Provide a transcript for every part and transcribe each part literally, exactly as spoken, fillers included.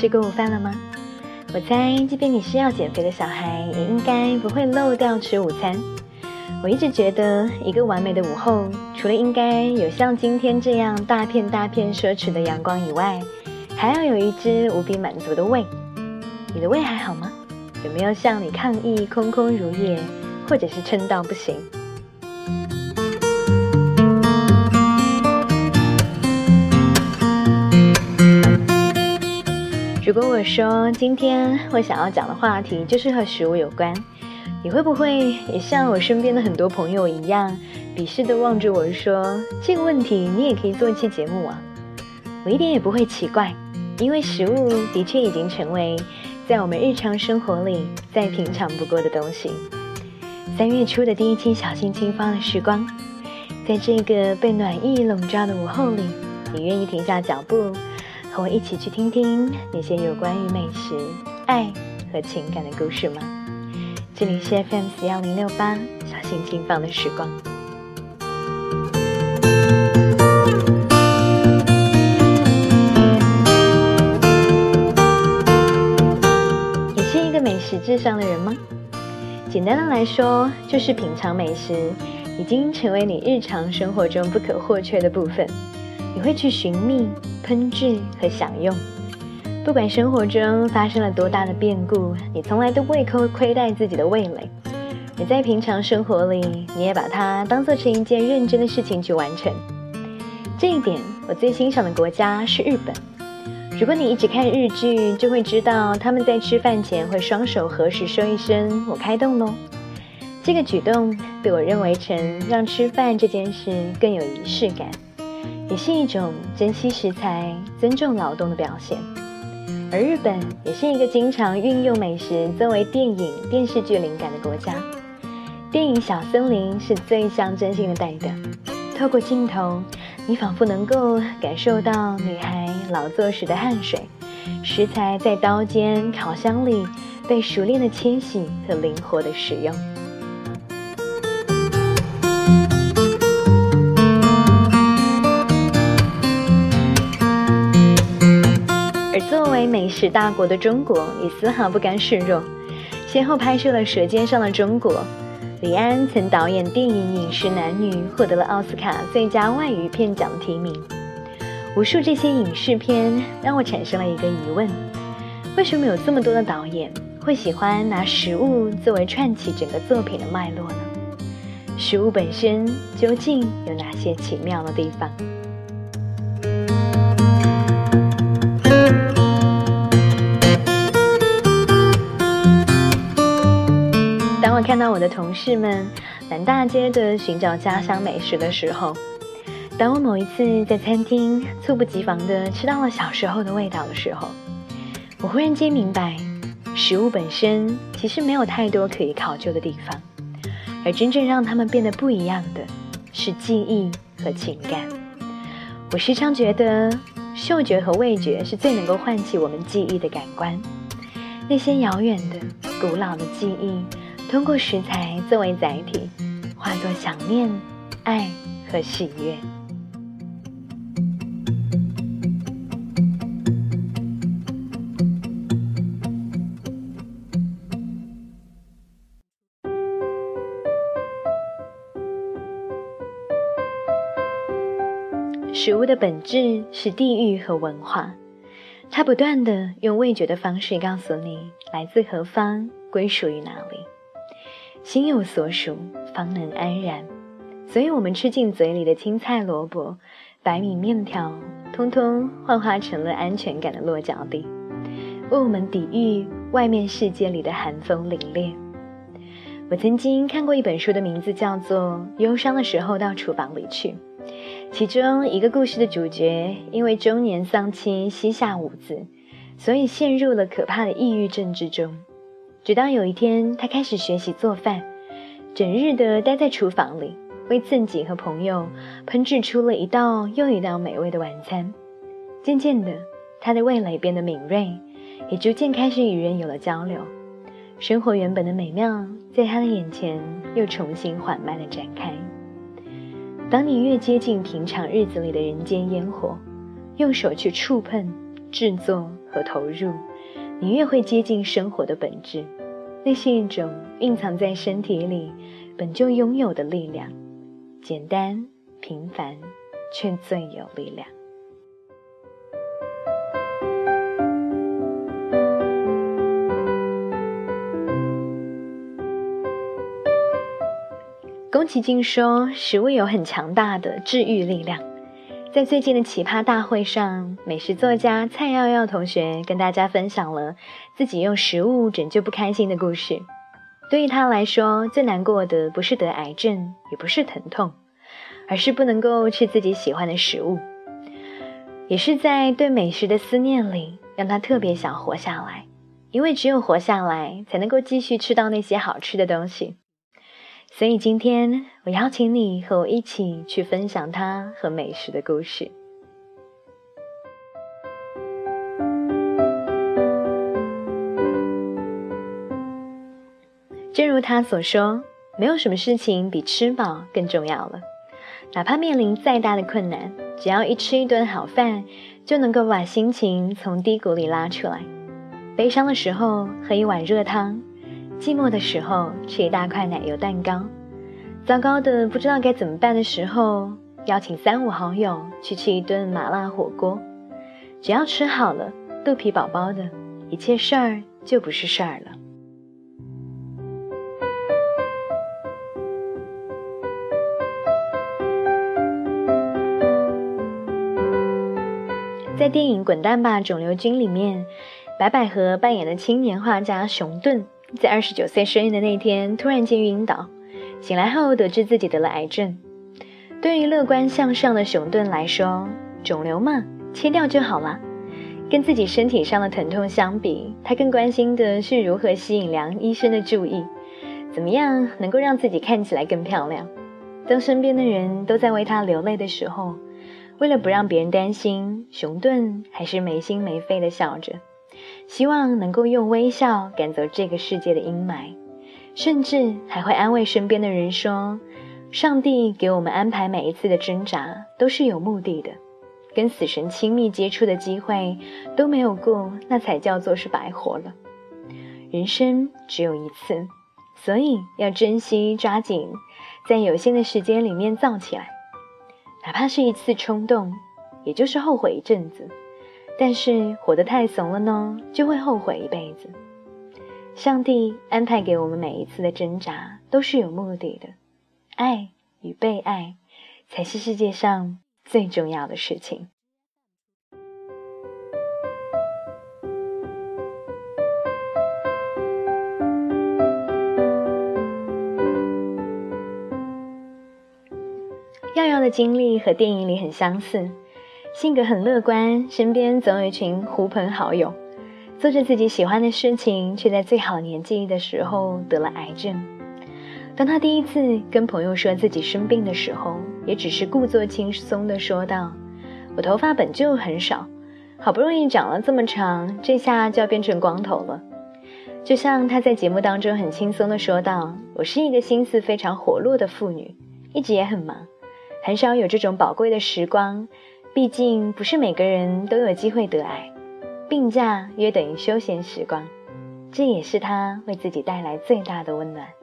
吃过午饭了吗？我猜即便你是要减肥的小孩，也应该不会漏掉吃午餐。我一直觉得一个完美的午后，除了应该有像今天这样大片大片奢侈的阳光以外，还要有一只无比满足的胃。你的胃还好吗？有没有向你抗议空空如也，或者是撑到不行？如果我说今天我想要讲的话题就是和食物有关，你会不会也像我身边的很多朋友一样，鄙视地望着我说，这个问题你也可以做一期节目啊？我一点也不会奇怪，因为食物的确已经成为在我们日常生活里再平常不过的东西。三月初的第一期小心轻放的时光，在这个被暖意笼罩的午后里，你愿意停下脚步和我一起去听听那些有关于美食、爱和情感的故事吗？这里是 F M 四一零六八小心轻放的时光。你是一个美食至上的人吗？简单的来说，就是品尝美食已经成为你日常生活中不可或缺的部分。你会去寻觅、烹制和享用，不管生活中发生了多大的变故，你从来都不会亏待自己的味蕾。而在平常生活里，你也把它当作是一件认真的事情去完成。这一点，我最欣赏的国家是日本。如果你一直看日剧，就会知道他们在吃饭前会双手合十说一声“我开动咯”。这个举动被我认为成让吃饭这件事更有仪式感，也是一种珍惜食材、尊重劳动的表现。而日本也是一个经常运用美食作为电影、电视剧灵感的国家。电影《小森林》是最象征性的代表，透过镜头，你仿佛能够感受到女孩劳作时的汗水，食材在刀尖、烤箱里被熟练的切洗和灵活的使用。而作为美食大国的中国也丝毫不甘示弱，先后拍摄了《舌尖上的中国》，李安曾导演电影《饮食男女》，获得了奥斯卡最佳外语片奖提名。无数这些影视片让我产生了一个疑问：为什么有这么多的导演会喜欢拿食物作为串起整个作品的脉络呢？食物本身究竟有哪些奇妙的地方？当我看到我的同事们满大街的寻找家乡美食的时候，当我某一次在餐厅猝不及防地吃到了小时候的味道的时候，我忽然间明白，食物本身其实没有太多可以考究的地方，而真正让它们变得不一样的是记忆和情感。我时常觉得嗅觉和味觉是最能够唤起我们记忆的感官，那些遥远的古老的记忆通过食材作为载体，化作想念、爱和喜悦。食物的本质是地域和文化，它不断地用味觉的方式告诉你来自何方，归属于哪里。心有所属，方能安然。所以我们吃进嘴里的青菜萝卜、白米面条，通通幻化成了安全感的落脚地，为我们抵御外面世界里的寒风凛冽。我曾经看过一本书的名字叫做《忧伤的时候到厨房里去》，其中一个故事的主角因为中年丧妻膝下无子，所以陷入了可怕的抑郁症之中。直到有一天，他开始学习做饭，整日的待在厨房里，为自己和朋友烹制出了一道又一道美味的晚餐。渐渐的，他的味蕾变得敏锐，也逐渐开始与人有了交流。生活原本的美妙在他的眼前又重新缓慢地展开。当你越接近平常日子里的人间烟火，用手去触碰、制作和投入，你越会接近生活的本质。那是一种蕴藏在身体里本就拥有的力量，简单平凡却最有力量。宫崎骏说，食物有很强大的治愈力量。在最近的奇葩大会上，美食作家蔡耀耀同学跟大家分享了自己用食物拯救不开心的故事。对于他来说，最难过的不是得癌症，也不是疼痛，而是不能够吃自己喜欢的食物。也是在对美食的思念里，让他特别想活下来，因为只有活下来，才能够继续吃到那些好吃的东西。所以今天我邀请你和我一起去分享他和美食的故事。正如他所说，没有什么事情比吃饱更重要了。哪怕面临再大的困难，只要一吃一顿好饭，就能够把心情从低谷里拉出来。悲伤的时候喝一碗热汤，寂寞的时候吃一大块奶油蛋糕，糟糕的不知道该怎么办的时候，邀请三五好友去吃一顿麻辣火锅。只要吃好了，肚皮饱饱的，一切事儿就不是事儿了。在电影《滚蛋吧，肿瘤君》里面，白百合扮演的青年画家熊顿，在二十九岁生日的那天突然间晕倒，醒来后得知自己得了癌症。对于乐观向上的熊顿来说，肿瘤嘛，切掉就好了。跟自己身体上的疼痛相比，他更关心的是如何吸引梁医生的注意，怎么样能够让自己看起来更漂亮。当身边的人都在为他流泪的时候，为了不让别人担心，熊顿还是没心没肺地笑着，希望能够用微笑赶走这个世界的阴霾，甚至还会安慰身边的人说，上帝给我们安排每一次的挣扎都是有目的的，跟死神亲密接触的机会都没有过，那才叫做是白活了。人生只有一次，所以要珍惜抓紧，在有限的时间里面造起来。哪怕是一次冲动，也就是后悔一阵子，但是活得太怂了呢，就会后悔一辈子。上帝安排给我们每一次的挣扎都是有目的的，爱与被爱才是世界上最重要的事情。耀耀的经历和电影里很相似，性格很乐观，身边总有一群狐朋好友，做着自己喜欢的事情，却在最好年纪的时候得了癌症。当他第一次跟朋友说自己生病的时候，也只是故作轻松地说道，我头发本就很少，好不容易长了这么长，这下就要变成光头了。就像他在节目当中很轻松地说道，我是一个心思非常活络的妇女，一直也很忙，很少有这种宝贵的时光，毕竟不是每个人都有机会得癌，病假约等于休闲时光，这也是他为自己带来最大的温暖。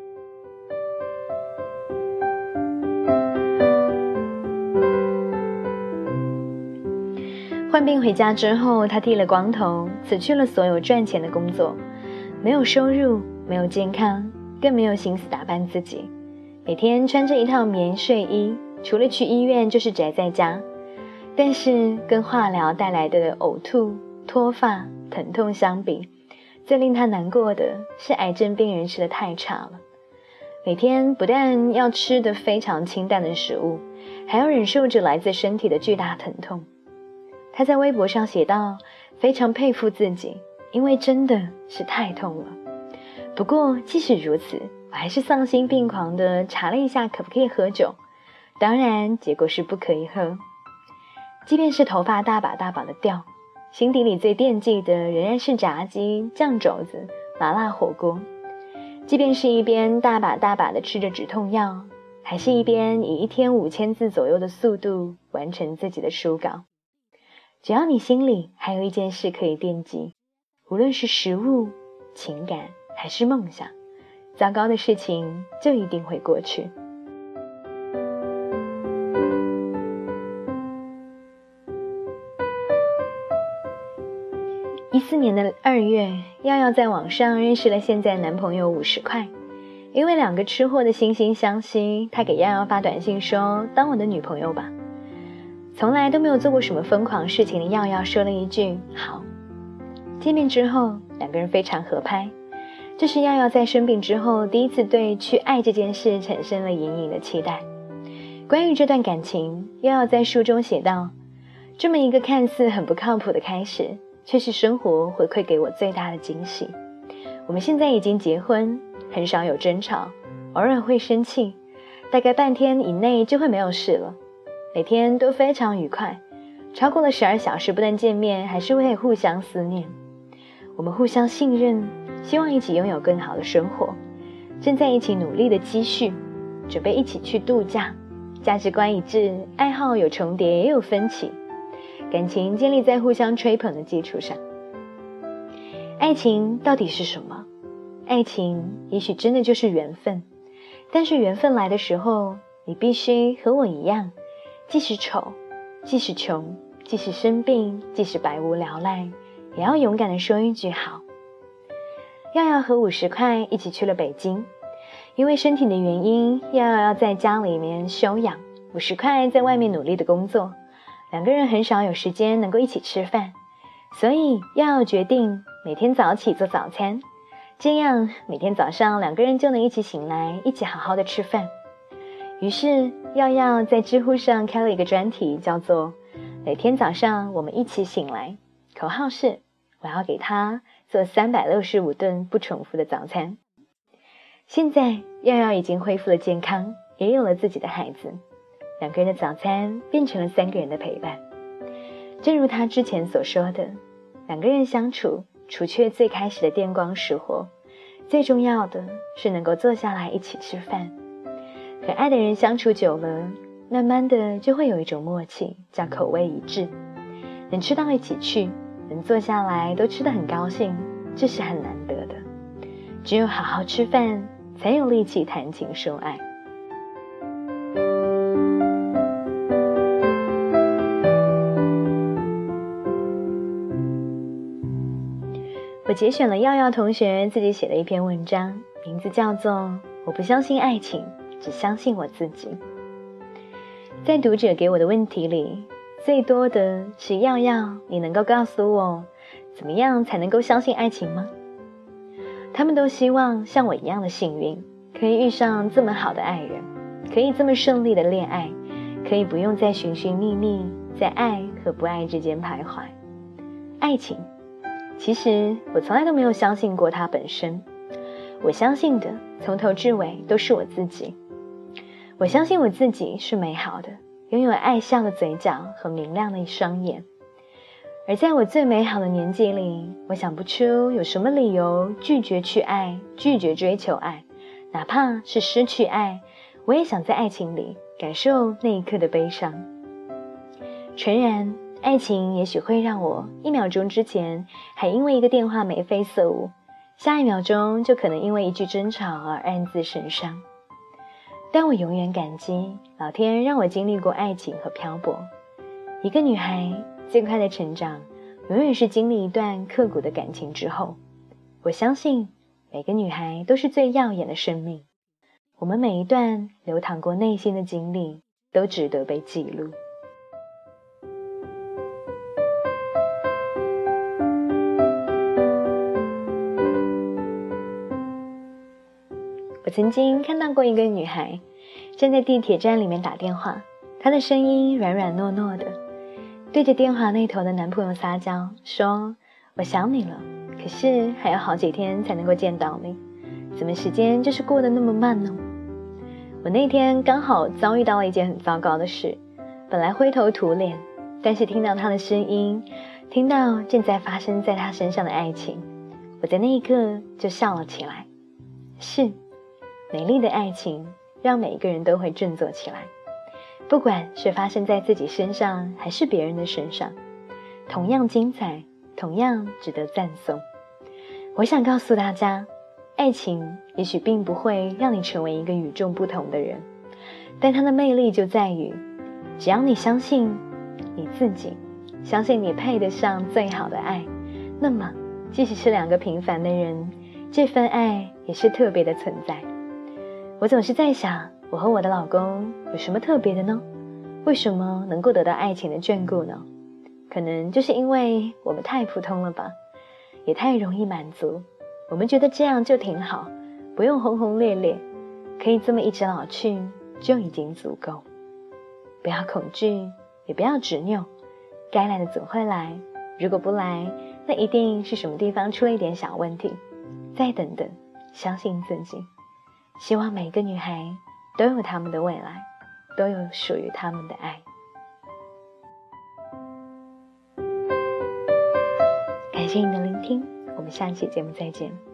患病回家之后，他剃了光头，辞去了所有赚钱的工作，没有收入，没有健康，更没有心思打扮自己，每天穿着一套棉睡衣，除了去医院就是宅在家。但是跟化疗带来的呕吐、脱发、疼痛相比，最令他难过的是癌症病人吃得太差了，每天不但要吃得非常清淡的食物，还要忍受着来自身体的巨大疼痛。他在微博上写道，非常佩服自己，因为真的是太痛了。不过即使如此，我还是丧心病狂地查了一下可不可以喝酒，当然结果是不可以喝。即便是头发大把大把的掉，心底里最惦记的仍然是炸鸡、酱肘子、麻辣火锅。即便是一边大把大把的吃着止痛药，还是一边以一天五千字左右的速度完成自己的书稿。 只要你心里还有一件事可以惦记，无论是食物、情感还是梦想，糟糕的事情就一定会过去。一四年的二月，耀耀在网上认识了现在男朋友五十块。因为两个吃货的惺惺相惜，他给耀耀发短信说：“当我的女朋友吧。”从来都没有做过什么疯狂事情的耀耀说了一句“好”。见面之后，两个人非常合拍。这是耀耀在生病之后第一次对去爱这件事产生了隐隐的期待。关于这段感情，耀耀在书中写道：“这么一个看似很不靠谱的开始，却是生活回馈给我最大的惊喜。我们现在已经结婚，很少有争吵，偶尔会生气，大概半天以内就会没有事了。每天都非常愉快，超过了十二小时不能见面，还是会互相思念。我们互相信任，希望一起拥有更好的生活，正在一起努力的积蓄，准备一起去度假，价值观一致，爱好有重叠也有分歧，感情建立在互相吹捧的基础上。爱情到底是什么？爱情也许真的就是缘分，但是缘分来的时候，你必须和我一样，即使丑，即使穷，即使生病，即使百无聊赖，也要勇敢地说一句好。耀耀和五十块一起去了北京，因为身体的原因，耀耀要在家里面休养，五十块在外面努力的工作，两个人很少有时间能够一起吃饭，所以耀耀决定每天早起做早餐，这样每天早上两个人就能一起醒来，一起好好的吃饭。于是耀耀在知乎上开了一个专题，叫做每天早上我们一起醒来，口号是我要给他做三百六十五顿不重复的早餐。现在耀耀已经恢复了健康，也有了自己的孩子，两个人的早餐变成了三个人的陪伴。正如他之前所说的，两个人相处除却最开始的电光石火，最重要的是能够坐下来一起吃饭。和爱的人相处久了，慢慢的就会有一种默契，叫口味一致，能吃到一起去，能坐下来都吃得很高兴，这是很难得的。只有好好吃饭，才有力气谈情说爱。我节选了耀耀同学自己写的一篇文章，名字叫做《我不相信爱情，只相信我自己》。在读者给我的问题里，最多的是耀耀，你能够告诉我怎么样才能够相信爱情吗？他们都希望像我一样的幸运，可以遇上这么好的爱人，可以这么顺利的恋爱，可以不用再寻寻觅觅，在爱和不爱之间徘徊。爱情其实我从来都没有相信过它本身，我相信的从头至尾都是我自己。我相信我自己是美好的，拥有爱笑的嘴角和明亮的一双眼。而在我最美好的年纪里，我想不出有什么理由拒绝去爱，拒绝追求爱，哪怕是失去爱，我也想在爱情里感受那一刻的悲伤。诚然，爱情也许会让我一秒钟之前还因为一个电话眉飞色舞，下一秒钟就可能因为一句争吵而暗自神伤。但我永远感激老天让我经历过爱情和漂泊。一个女孩最快的成长，永远是经历一段刻骨的感情之后。我相信每个女孩都是最耀眼的生命，我们每一段流淌过内心的经历，都值得被记录。我曾经看到过一个女孩站在地铁站里面打电话，她的声音软软糯糯的，对着电话那头的男朋友撒娇说：我想你了，可是还要好几天才能够见到你，怎么时间就是过得那么慢呢？我那天刚好遭遇到了一件很糟糕的事，本来灰头土脸，但是听到她的声音，听到正在发生在她身上的爱情，我在那一刻就笑了起来。是美丽的爱情让每一个人都会振作起来，不管是发生在自己身上还是别人的身上， 同样精彩，同样值得赞颂。我想告诉大家，爱情也许并不会让你成为一个与众不同的人，但它的魅力就在于，只要你相信你自己，相信你配得上最好的爱，那么即使是两个平凡的人，这份爱也是特别的存在。我总是在想，我和我的老公有什么特别的呢？为什么能够得到爱情的眷顾呢？可能就是因为我们太普通了吧，也太容易满足，我们觉得这样就挺好，不用轰轰烈烈，可以这么一直老去就已经足够。不要恐惧，也不要执拗，该来的总会来，如果不来，那一定是什么地方出了一点小问题。再等等，相信自己。希望每个女孩都有她们的未来，都有属于她们的爱。感谢你的聆听，我们下期节目再见。